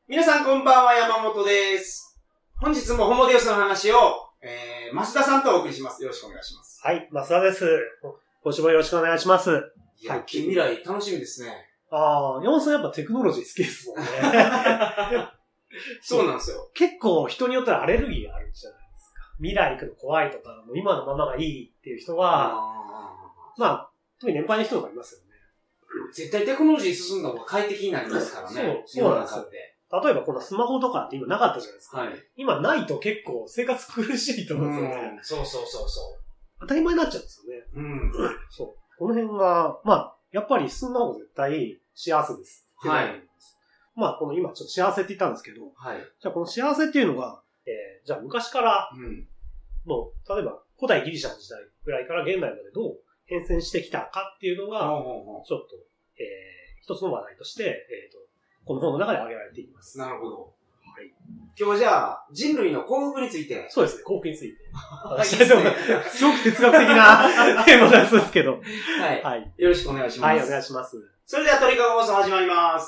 皆さんこんばんは、山本です。本日もホモデウスの話を、増田さんとお送りします。よろしくお願いします。 はい、増田です。今週もよろしくお願いします。 いや、近未来楽しみですね。 ああ、山本さんやっぱテクノロジー好きですもんね。 そうなんですよ。 結構人によってはアレルギーがあるじゃないですか。未来行くの怖いとか、もう今のままがいいっていう人は、まあ、特に年配の人とかいますよね。 絶対テクノロジー進んだ方が快適になりますからね。 そうなんですよ。例えばこのスマホとかって今なかったじゃないですか。 はい。 今ないと結構生活苦しいと思うんですよね。 そう。 当たり前になっちゃうんですよね。 うん。 そう。この辺が、まあ、やっぱり進んだ方が絶対幸せです。 はい。 まあ、この今ちょっと幸せって言ったんですけど、 はい。 じゃあこの幸せっていうのが、じゃあ昔から、もう、例えば古代ギリシャの時代ぐらいから現代までどう変遷してきたかっていうのが、ちょっと、一つの話題として、この本の中で挙げられています。 なるほど。 はい。 今日はじゃあ、人類の幸福について。 そうですね、幸福について。 いいですね。 すごく哲学的なテーマなんですけど。 はい。はい。よろしくお願いします。 はい、お願いします。 それでは鳥かご放送始まります。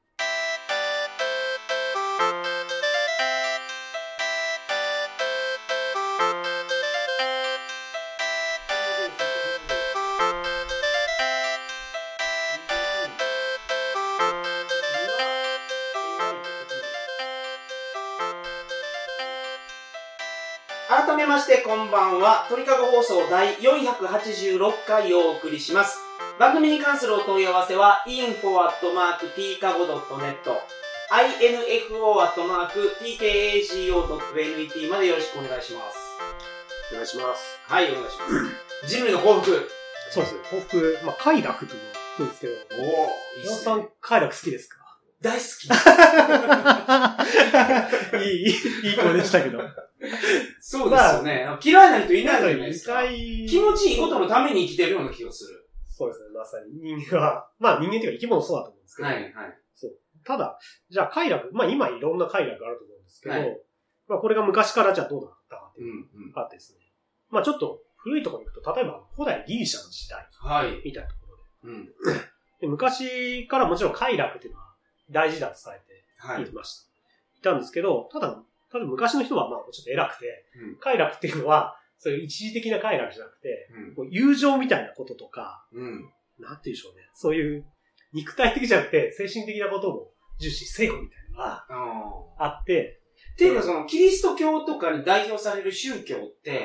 改めましてこんばんは。鳥かご放送第486回をお送りします。番組に関するお問い合わせは info@tkago.net info@tkago.net までよろしくお願いします。 お願いします。 はい、お願いします。人類の幸福。 そうですね、幸福。まあ、快楽というのもいいんですけど。 おー、いいっすね。 山本さん、快楽好きですか？ 大好き。 いい声でしたけど。 そうですよね。嫌いな人いないじゃないですか。 気持ちいいことのために生きてるような気がする。 そうですね、まさに。人間は、まあ人間というか生き物そうだと思うんですけど。 はい、はい。 そう。ただ、じゃあ快楽、まあ今いろんな快楽あると思うんですけど、 はい、 まあこれが昔からじゃあどうだったかっていうのがあってですね。まあちょっと古いところに行くと、例えば古代ギリシャの時代。 はい。 みたいなところで。で昔からもちろん快楽っていうのは大事だとされていました。いたんですけど、ただ昔の人はまあちょっと偉くて、快楽っていうのは、そういう一時的な快楽じゃなくて、友情みたいなこととか、なんて言うんでしょうね。そういう肉体的じゃなくて精神的なことも重視せよみたいなのがあって、 っていうかそのキリスト教とかに代表される宗教って、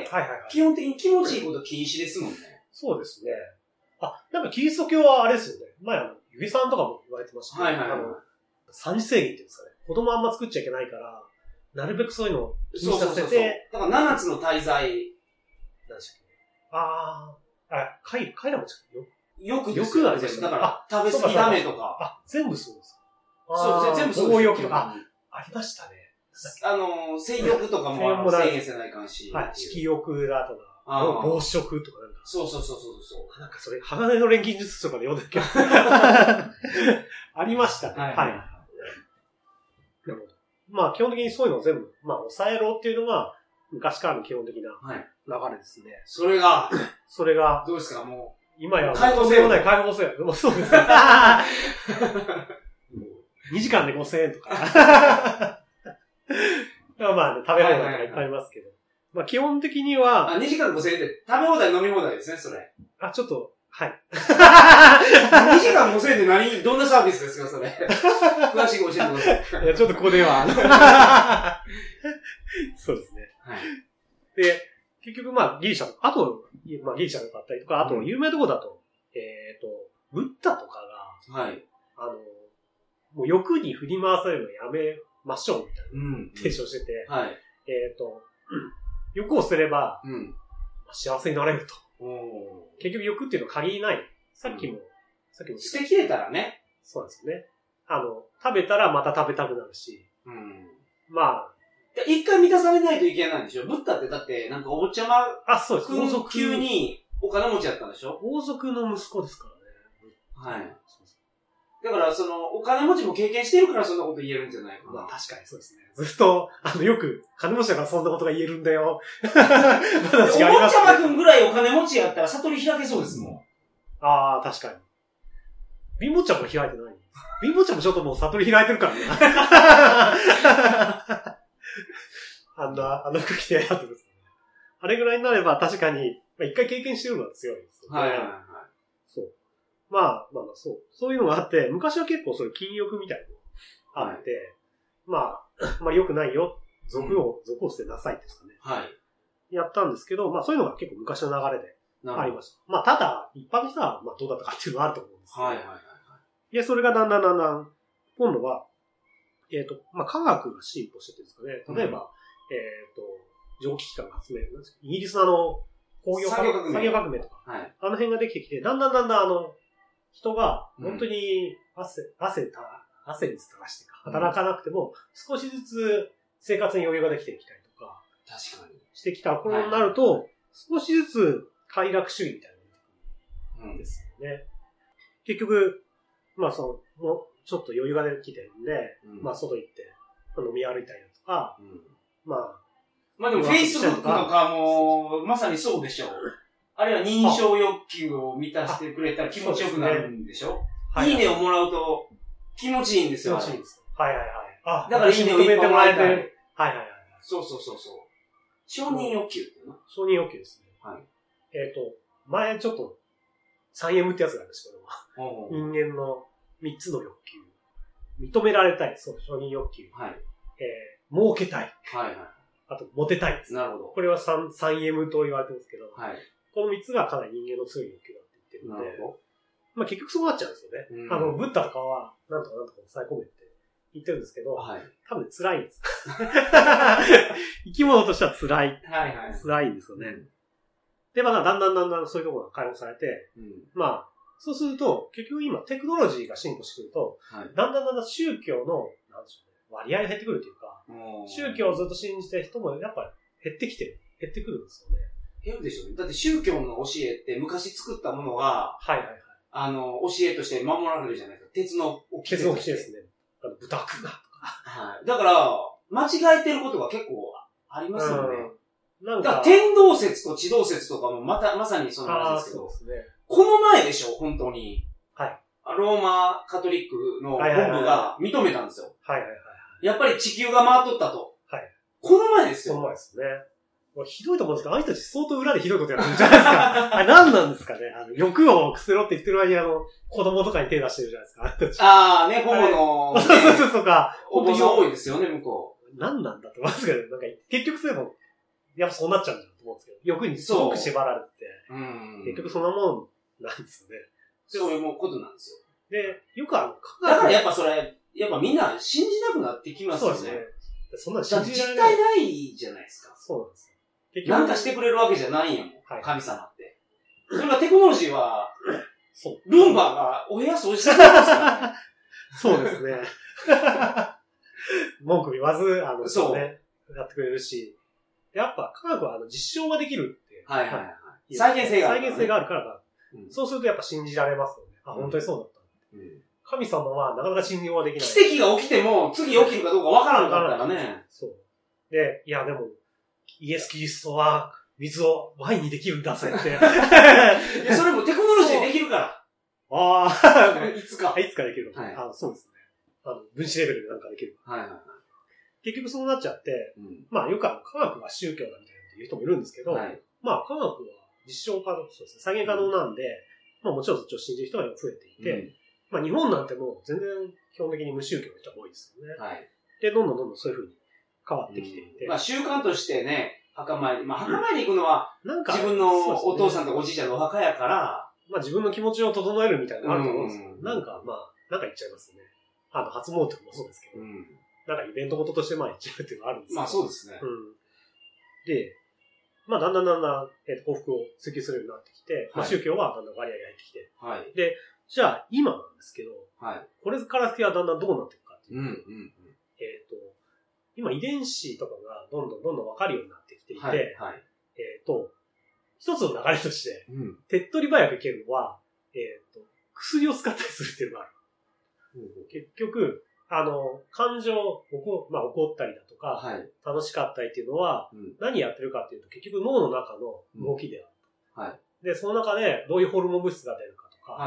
基本的に気持ちいいこと禁止ですもんね。 そうですね。なんかキリスト教はあれですよね。前ゆげさんとかも言われてましたけど、三次制限っていうんですかね。子供あんま作っちゃいけないから、なるべくそういうのを禁止させて。 だから7つの大罪。 何でしたっけ？快楽も欲ですよね。だから、食べ過ぎダメとか。 全部そうですか。 そう、全部そうです。 暴欲とか。ありましたね。 性欲とかも制限せないかんし。 はい。色欲だとか。暴食とかなんか。 そう。 なんかそれ、鋼の錬金術とかで読んだっけありましたね。はい。なるほど。まあ基本的にそういうのを全部、まあ抑えろっていうのが、昔からの基本的な流れですね。 それが、 どうですか、もう。 今や、 解放せよ。 解放せよ。もうそうですね。2時間で5000円とか。まあ、食べ放題とかいっぱいありますけど。まあ基本的には。 2時間5000円で食べ放題飲み放題ですね、それ。 ちょっと、はい。 2時間5000円でどんなサービスですか、それ。詳しく教えてください。 いや、ちょっとここでは。そうですね。 はい。 で、結局まあギリシャとか、ギリシャとかあったりとか、あと有名なところだと、ブッダとかが、 はい。 もう欲に振り回されるのやめましょうみたいな、提唱してて、 はい。 欲をすれば、幸せになれると。結局欲っていうのは限りない。さっきも捨てきれたらね。 そうなんですよね。食べたらまた食べたくなるし。まあ。 一回満たされないといけないんでしょ。ブッダってだって、なんかお坊ちゃま。 そうです。 王族級にお金持ちやったんでしょ。 王族の息子ですからね。 はい。だから、お金持ちも経験してるからそんなこと言えるんじゃないかな。 確かにそうですね。ずっと、よく、金持ちだからそんなことが言えるんだよ。 お坊ちゃまくんぐらいお金持ちやったら悟り開けそうですもん。 確かに。 貧乏ちゃんも開いてない。貧乏ちゃんもちょっともう悟り開いてるからね。あんな服着てやってるんですよね。あれぐらいになれば確かに、まあ、一回経験してるのは強いですよね。 はいはいはい。 そう。まあ、そういうのがあって、昔は結構そういう禁欲みたいなのがあって、はい、まあ良くないよ。俗を捨てなさいですかね。 はい。 やったんですけど、まあそういうのが結構昔の流れでありました。まあただ、一般の人はまあどうだったかっていうのはあると思うんですけど。はいはいはい。で、それがだんだん、今度は、まあ科学が進歩しててですかね。例えば、蒸気機関が発明、イギリスの工業革命とか、はい、あの辺ができてきて、だんだん人が本当に汗に垂らして働かなくても、少しずつ生活に余裕ができてきたりとか、 確かにしてきた頃になると、少しずつ快楽主義みたいなのが出てくるんですよね。結局、まあもうちょっと余裕ができてるんで、まあ外行って飲み歩いたりとか、 まあでも Facebook とかもまさにそうでしょう。あるいは認証欲求を満たしてくれたら気持ちよくなるんでしょ。いいねをもらうと気持ちいいんですよ。 気持ちいいです。はいはいはい。 だからいいねをいっぱいもらえてる。 はいはいはい。 そう。承認欲求っていうの？ 承認欲求ですね。 はい。 前ちょっと 3M ってやつがあるんですけど、人間の3つの欲求。認められたい。そう、承認欲求。 はい。 儲けたい。 はいはい。 あと、モテたいです。 なるほど。 これは 3M と言われてますけど、 はい。 この3つがかなり人間の強い欲求だって言ってるんで、 なるほど。 まあ結局そうなっちゃうんですよね。ブッダとかは、なんとか抑え込めって言ってるんですけど、 はい。 多分辛いんです。生き物としては辛い。 はいはい。 辛いんですよね。で、まあだんだんそういうところが解放されて、まあ、そうすると、結局今テクノロジーが進歩してくると、だんだん宗教の、なんでしょうね、割合が減ってくるというか、宗教をずっと信じてる人もやっぱり減ってくるんですよね。 減るでしょうね。だって宗教の教えって昔作ったものが、 はいはいはい。 教えとして守られるじゃないですか。鉄の掟ですね。豚くなとか。 はい。だから、間違えてることが結構ありますよね。 なんか天動説と地動説とかもまさにその話ですけど、 そうですね、 この前でしょ、本当に。 はい。 ローマカトリックの本部が認めたんですよ。 はいはいはい。 やっぱり地球が回っとったと。 はい。 この前ですよ。 この前ですね。ひどいと思うんですけど、あの人たち相当裏でひどいことやってるじゃないですか。あれ何なんですかね。欲をくせろって言ってる間に子供とかに手出してるじゃないですか。あの人たち。 ね、ホモの、 そうとか。 お父さん多いですよね、向こう。何なんだと思いますけど、なんか、結局そういうの、やっぱそうなっちゃうんだと思うんですけど、欲にすごく縛られて、結局そんなもんなんですよね。 そういうことなんですよ。 で、よくだからやっぱそれ、やっぱみんな信じなくなってきますよね。 そうですね。そんな信じられない。実体ないじゃないですか。 そうなんですよ。 なんかしてくれるわけじゃないんやもん。はい、神様って。それがテクノロジーは、ルンバがお部屋掃除してくれますからね。 そうですね。文句言わず、そうね、やってくれるし。やっぱ科学は実証ができるって。 はいはいはい。再現性がある。 再現性があるから、そうするとやっぱ信じられますよね。あ、本当にそうだった。神様はなかなか信用はできない。 奇跡が起きても、次起きるかどうかわからんかったらね。 そう。で、いやでも、イエス・キリストは水をワインにできるんだぜって。いや、それもテクノロジーでできるから。 ああ。 いつかできる。 はい。 そうですね。分子レベルでなんかできる。 はいはいはい。 結局そうなっちゃって、まあよく科学は宗教だみたいな言う人もいるんですけど、まあ科学は実証可能、そうですね。再現可能なんで、まあもちろんそっちを信じる人が増えていて、まあ日本なんてもう全然基本的に無宗教の人が多いですよね。 はい。 で、どんどんそういう風に変わってきていて。 まあ習慣としてね、墓参り。まあ墓参り行くのは、自分のお父さんとおじいちゃんのお墓やから、 まあ自分の気持ちを整えるみたいなのあると思うんですけど、なんかまあ、なんか言っちゃいますね。初詣もそうですけど、なんかイベントごととしてまあ言っちゃうっていうのがあるんですけど。 まあそうですね。 で、まあだんだん幸福を追求するようになってきて、まあ宗教はだんだん割合が減ってきて、 はい。 で、じゃあ今なんですけど、 はい。 これから先はだんだんどうなっていくかっていうと、今遺伝子とかがどんどん分かるようになってきていて、はい。一つの流れとして、手っ取り早くいけるのは、薬を使ったりするっていうのがある。結局、感情、怒ったりだとか、楽しかったりっていうのは、何やってるかっていうと、結局脳の中の動きである。はい。で、その中でどういうホルモン物質が出るかとか、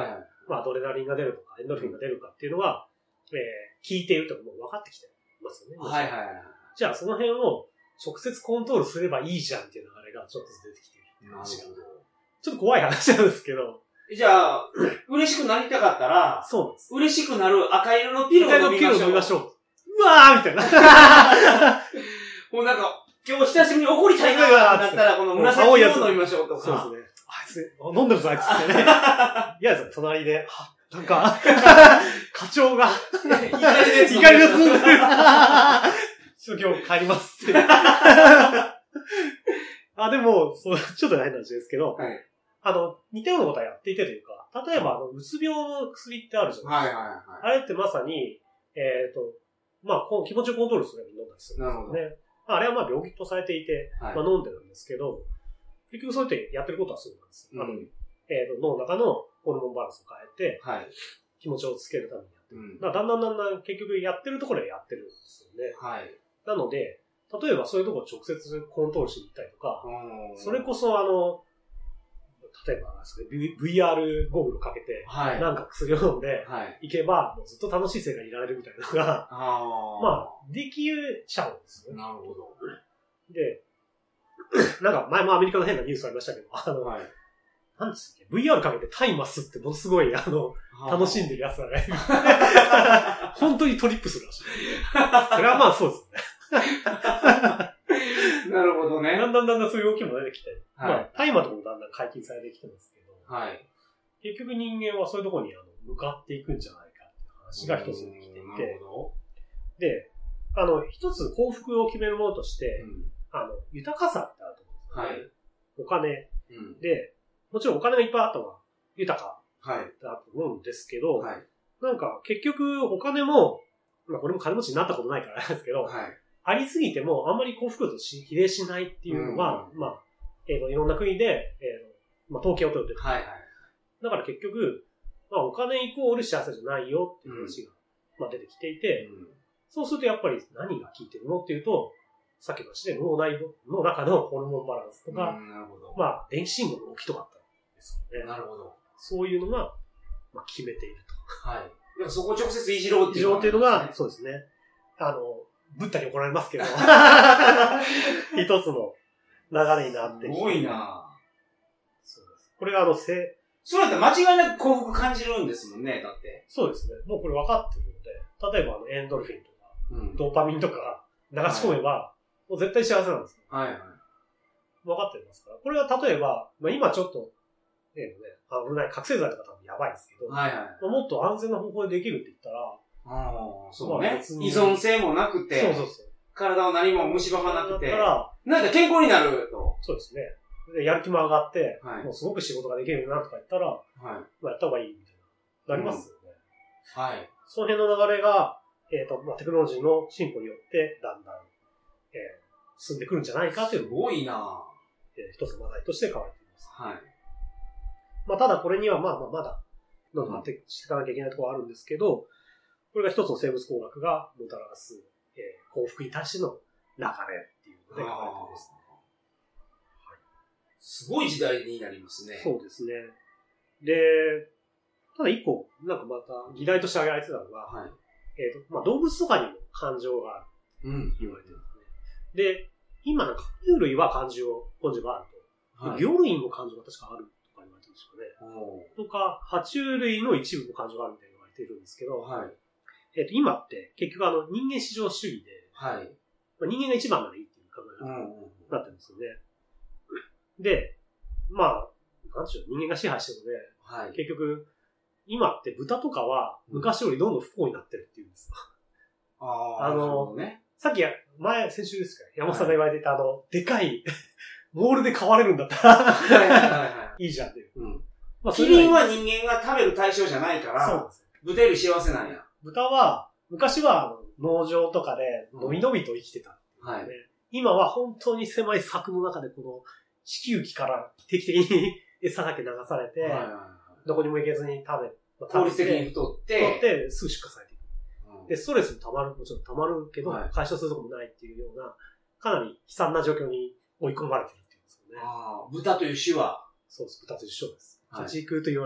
まあ、アドレナリンが出るとか、エンドルフィンが出るかっていうのは、聞いているともう分かってきてますよね。 はいはいはい。 じゃあ、その辺を直接コントロールすればいいじゃんっていう流れがちょっと出てきてるっていう話が。ちょっと怖い話なんですけど。 じゃあ、嬉しくなりたかったら、 そうなんです。 嬉しくなる赤色のピルを飲みましょう。 うわーみたいな。 もうなんか、今日久しぶりに怒りたいなってなったら、この紫色を飲みましょうとか。 そうですね。あいつ、飲んでるぞあいつってね。いやですね、隣で、なんか、課長が、怒りで済んでる。ちょっと今日帰りますって。でも、ちょっと変な話ですけど、 はい、 似たようなことはやっていてというか、例えば、うつ病の薬ってあるじゃないですか。はいはいはい。あれってまさに、まあ、気持ちをコントロールするように飲んだりするんですよね。あれはまあ病気とされていて、まあ飲んでるんですけど、結局そうやってやってることはそうなんですよ。脳の中のホルモンバランスを変えて、気持ちをつけるためにやってる。だんだん結局やってるところでやってるんですよね。なので、例えばそういうところを直接コントロールしに行ったりとか、それこそ例えば、VR ゴーグルかけて、なんか薬を飲んで、いけば、ずっと楽しい世界にいられるみたいなのが、まあ、できちゃうんですよね。 なるほど。 で、なんか前もアメリカの変なニュースありましたけど、なんですっけ、VR かけてタイマスってものすごい、楽しんでる奴らがいる。本当にトリップするらしい。それはまあそうですね。 なるほどね。 だんだんそういう動きも出てきて、まあ、大麻とかもだんだん解禁されてきてますけど、結局人間はそういうところに向かっていくんじゃないかっていう話が一つ出てきていて、で、一つ幸福を決めるものとして、豊かさってあると思うんですよね。お金、で、もちろんお金がいっぱいあった方が豊かだと思うんですけど、なんか結局お金も、まあこれも金持ちになったことないからなんですけど、ありすぎてもあんまり幸福度と比例しないっていうのが、まあ、いろんな国で、まあ統計を取ってる。だから結局、まあお金イコール幸せじゃないよっていう話が、まあ出てきていて、そうするとやっぱり何が効いてるのっていうと、さっきの話で脳中のホルモンバランスとか、まあ電子信号の動きとかあったんですよね。 なるほど。 そういうのが、まあ決めていると。 はい。そこを直接いじろうっていう。 いじろうっていうのが、そうですね。ブッダに怒られますけど、一つの流れになってきて。 すごいなぁ。 そうです。これがそれだって間違いなく幸福感じるんですもんね、だって。 そうですね。もうこれ分かってるので、例えばエンドルフィンとか、ドーパミンとか流し込めば、もう絶対幸せなんですよ。分かってますから。これは例えば、まあ、今ちょっと、危ない覚醒剤とか多分やばいですけど、まあ、もっと安全な方法でできるって言ったら、 そうね。依存性もなくて、体を何も蝕まなくて、なんか健康になると。 そうですね。で、やる気も上がって、もうすごく仕事ができるようになるとか言ったら、まあ、やった方がいいみたいな、なりますよね。その辺の流れが、まあ、テクノロジーの進歩によって、だんだん、進んでくるんじゃないかっていうのすごいな一つの話題として変わっています。まあ、ただこれには、まだ、どんどん発展していかなきゃいけないところはあるんですけど、これが一つの生物工学がもたらす、幸福に対しての流れっていうので書かれていますね。 すごい時代になりますね。 そうですね。で、ただ一個、なんかまた議題として挙げられてたのが、まあ、動物とかにも感情があるって言われてるんですね。で、今なんか哺乳類は感情があると。魚類も感情が確かあるとか言われてるんですよね。とか、爬虫類の一部も感情があるみたいに言われているんですけど、今って結局人間至上主義で、まあ、人間が一番ならいいっていう考え方になってるんですよね。で、まあ、なんでしょう、人間が支配してるので、結局、今って豚とかは昔よりどんどん不幸になってるっていうんですよ。さっき先週ですか、山本さんが言われていたでかい、モールで飼われるんだったら、いいじゃんっていう。 まあ、キリンは人間が食べる対象じゃないから、豚より幸せなんや。 豚は、昔は農場とかでのびのびと生きてた、今は本当に狭い柵の中でこの地球儀から定期的に餌だけ流されて、どこにも行けずに効率的に太ってすぐ出荷されていく。で、ストレスももちろん溜まるけど、解消するとこもないっていうような、かなり悲惨な状況に追い込まれてるっていうんですよね。 豚という種は。 そうです、豚という種です。家畜と言われる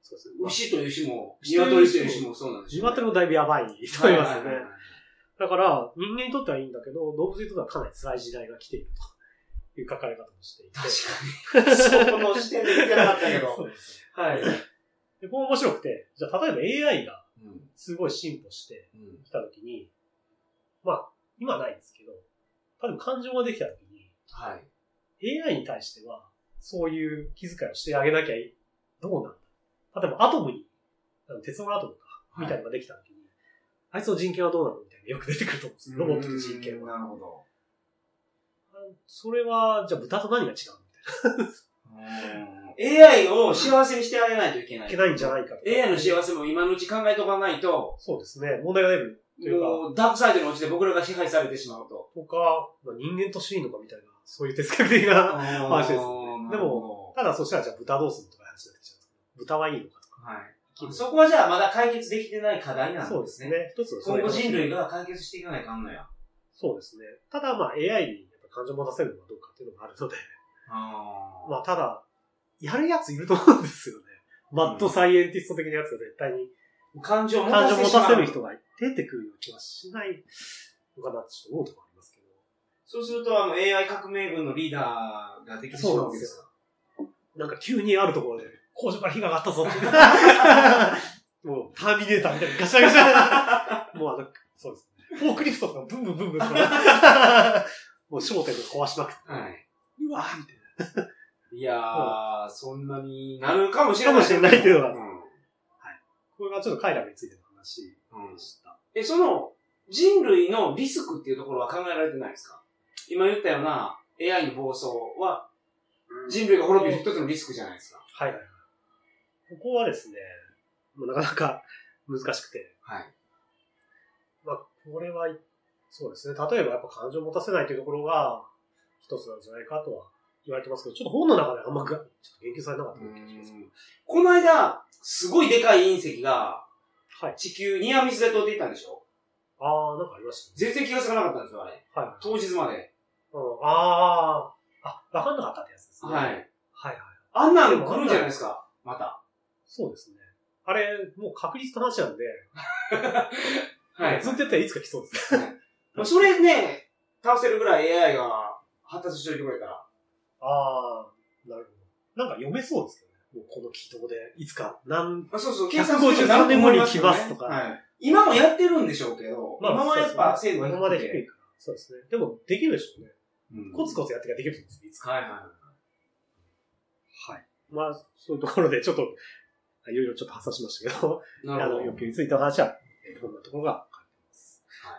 そうですね。 牛という牛も、鶏という牛もそうなんですよ、ね。 鶏もだいぶやばいと思いますよね。だから、人間にとってはいいんだけど、動物にとってはかなり辛い時代が来ているという書かれ方もしていて。 確かに。そこの視点で見てなかったけど。 そうです。 はい。 で、これ面白くて、じゃあ例えば AI がすごい進歩してきたときに、まあ、今はないんですけど、例えば感情ができたときに、 はい。 AI に対しては、そういう気遣いをしてあげなきゃどうなんだ。例えばアトムに、鉄のアトムか、みたいなのができたときに、あいつの人権はどうなのみたいなよく出てくると思うんですよ。ロボットと人権は。 なるほど。 それは、じゃあ豚と何が違うみたいな。AI を幸せにしてあげないといけない。 いけないんじゃないかと。 AI の幸せも今のうち考えとかないと。 そうですね。問題が出る。 もう、ダークサイドに落ちて僕らが支配されてしまうと。 とか、人間としていいのかみたいな、そういう哲学的な話ですね。でも、ただそしたらじゃあ豚どうするとか話になってきちゃうんですけど、豚はいいのかとか。 はい。そこはじゃあまだ解決できてない課題なんですね。そうですね。一つ今後人類が解決していかないかんのや。 そうですね。ただまあ AI に感情を持たせるのはどうかっていうのがあるので。まあただ、やるやついると思うんですよね。マッドサイエンティスト的なやつが絶対に。感情を持たせる人が出てくるような気はしないのかなってちょっと思うところありますけど。そうするとAI 革命軍のリーダーができてしまうわけですか。 なんか急にあるところで工場から火が上がったぞって。もうターミネーターみたいなガシャガシャ。もうそうですね。フォークリフトとかブンブンブンブンとか。もう焦点で壊しまくって。はい。うわーみたいな。 いやー、そんなになるかもしれない。 かもしれないっていうのが。はい。これがちょっと快楽についての話でした。 その、人類のリスクっていうところは考えられてないですか？今言ったような AI の暴走は、人類が滅びる一つのリスクじゃないですか。 はいはいはい。ここはですね、もうなかなか難しくて。はい。まあ、これは、そうですね。例えばやっぱ感情を持たせないというところが一つなんじゃないかとは言われてますけど、ちょっと本の中であんまちょっと言及されなかった気がします。 この間、すごいでかい隕石が、地球、ニアミスで通っていったんでしょ？ ああ、なんかありましたね。 全然気がつかなかったんですよ、あれ。はい。当日まで。 わかんなかったってやつですね。 はい。 はいはい。 あんなの来るんじゃないですか、また。 そうですね。あれ、もう確率の話なんで、はい。ずっとやったらいつか来そうです。 それね、倒せるぐらい AI が発達しといてくれたら。 ああ、なるほど。なんか読めそうですけどね。もうこの軌道で、いつか、 そうそう、 153年後に来ますとか。 はい。今もやってるんでしょうけど、今はやっぱ精度が低い。 今まで低いから。そうですね。でも、できるでしょうね。コツコツやってからできると思うんですよ、いつか。はいはいはい。はい。まあ、そういうところで、ちょっと、いろいろちょっと発散しましたけど、欲求についての話は、こんなところが書いてます。はい。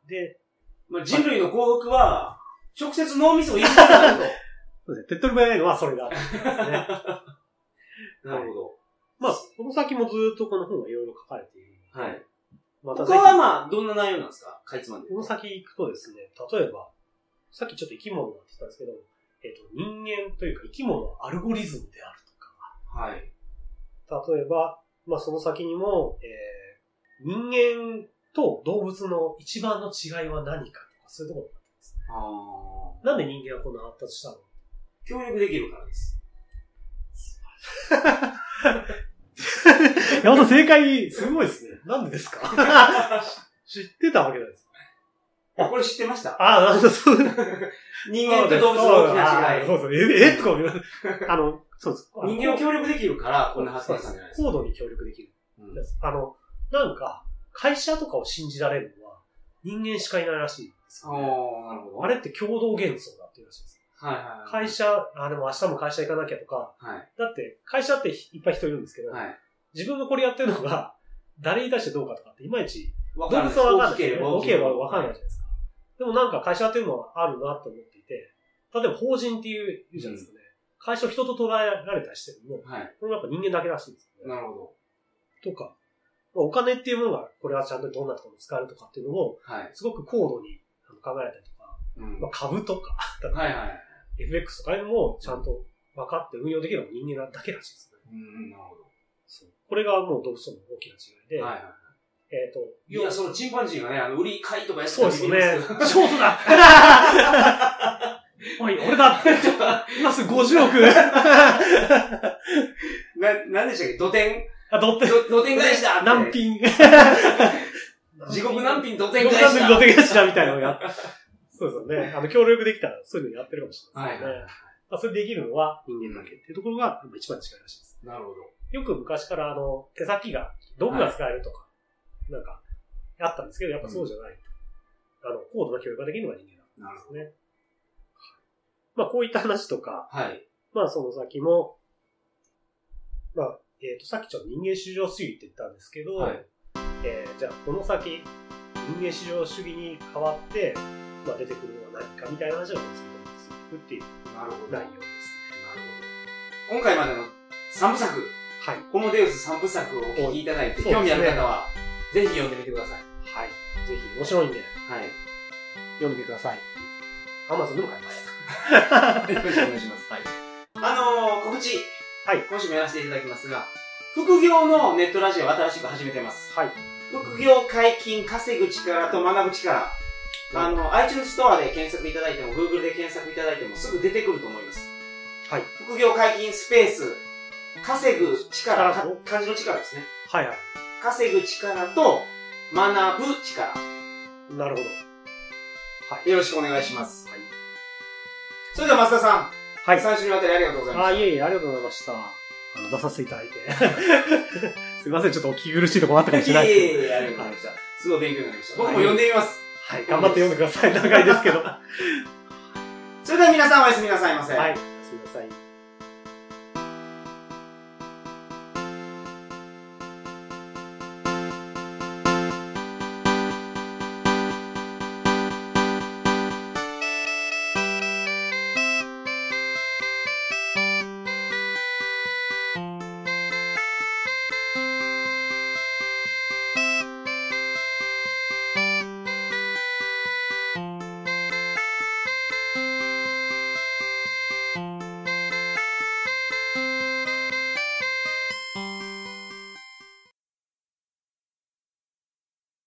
で、 まあ、人類の幸福は、直接脳みそを入れてなると。 そうですね。手っ取り早いのはそれだ。ですね。 なるほど。 まあ、この先もずっとこの本はいろいろ書かれている。はい。 他はまあ、どんな内容なんですか？かいつまんで。 この先行くとですね、例えば、さっきちょっと生き物って言ったんですけど、人間というか生き物のアルゴリズムであるとか。はい。例えば、まあその先にも、人間と動物の一番の違いは何かとか、そういうところがあってですね。なんで人間はこんな発達したの？ 協力できるからです。 山本正解、すごいですね。なんでですか？知ってたわけないです。 これ知ってました？ そう。 人間と動物の大きな違い。 そうそう。とか思います。そうです。 人間は協力できるから、こんな発展したんじゃないですか。 高度に協力できる。なんか、会社とかを信じられるのは、人間しかいないらしいんですよね。 なるほど。 あれって共同幻想だっていうらしいです。 はいはいはい。 会社、でも明日も会社行かなきゃとか、はい、だって会社っていっぱい人いるんですけど、はい、自分がこれやってるのが誰に対してどうかとかっていまいち動物はわかんないですね。大きければわかんないじゃないですか。でもなんか会社やってるのはあるなと思っていて、例えば法人っていうじゃないですかね。会社を人と捉えられたりしてるのも、はい、これもやっぱ人間だけらしいんですよね。 なるほど。とか、 お金っていうものがこれはちゃんとどんなところに使えるとかっていうのも、はい、すごく高度に考えられたりとか、まあ、株とか、はいはい、FX とかいうのもちゃんと分かって運用できるのは人間だけらしいですね。なるほど。そう。これがもう動物との大きな違いで、はいはい、 いや、そのチンパンジーがね、売り買いとかやってたりするんですよね。ショートだおい、俺だ今すぐ50億なんでしたっけ？土天土天返しだって。 難品。 地獄難品土天返しだ。 土天返しだみたいなのをやって。そうですよね。協力できたらそういうのやってるかもしれないですね。はい。それできるのは人間だけっていうところが一番近いらしいです。 なるほど。 よく昔から手先が、道具が使えるとか、なんか、あったんですけど、やっぱそうじゃない。高度な協力ができるのが人間なんですね。まあ、こういった話とか、 はい。 まあ、その先も、まあ、さっきちょっと人間至上主義って言ったんですけど、はい、じゃあ、この先、人間至上主義に変わって、まあ、出てくるのは何かみたいな話を見つけていくっていう内容ですね。なるほど。今回までの3部作、 はい。 ホモデウス3部作をお聞きいただいて、興味ある方は、ぜひ読んでみてください。 はい。ぜひ、面白いんで、 はい。 読んでみてください。Amazon でも買います。 よろしくお願いします。はい。告知。はい。今週もやらせていただきますが、副業のネットラジオを新しく始めてます。はい。副業解禁、稼ぐ力と学ぶ力。iTunes ストアで検索いただいても、Google で検索いただいてもすぐ出てくると思います。はい。副業解禁スペース、稼ぐ力、漢字の力ですね。はいはい。稼ぐ力と学ぶ力。なるほど。はい。よろしくお願いします。はい。それでは増田さん。はい。3週にわたりありがとうございました。いえいえ、ありがとうございました。出させていただいて。すいません、ちょっとお聞き苦しいところあったかもしれないですけど。いえいえ、ありがとうございました。すごい勉強になりました。僕も読んでみます。はい。頑張って読んでください。長いですけど。それでは皆さんおやすみなさいませ。はい。おやすみなさい。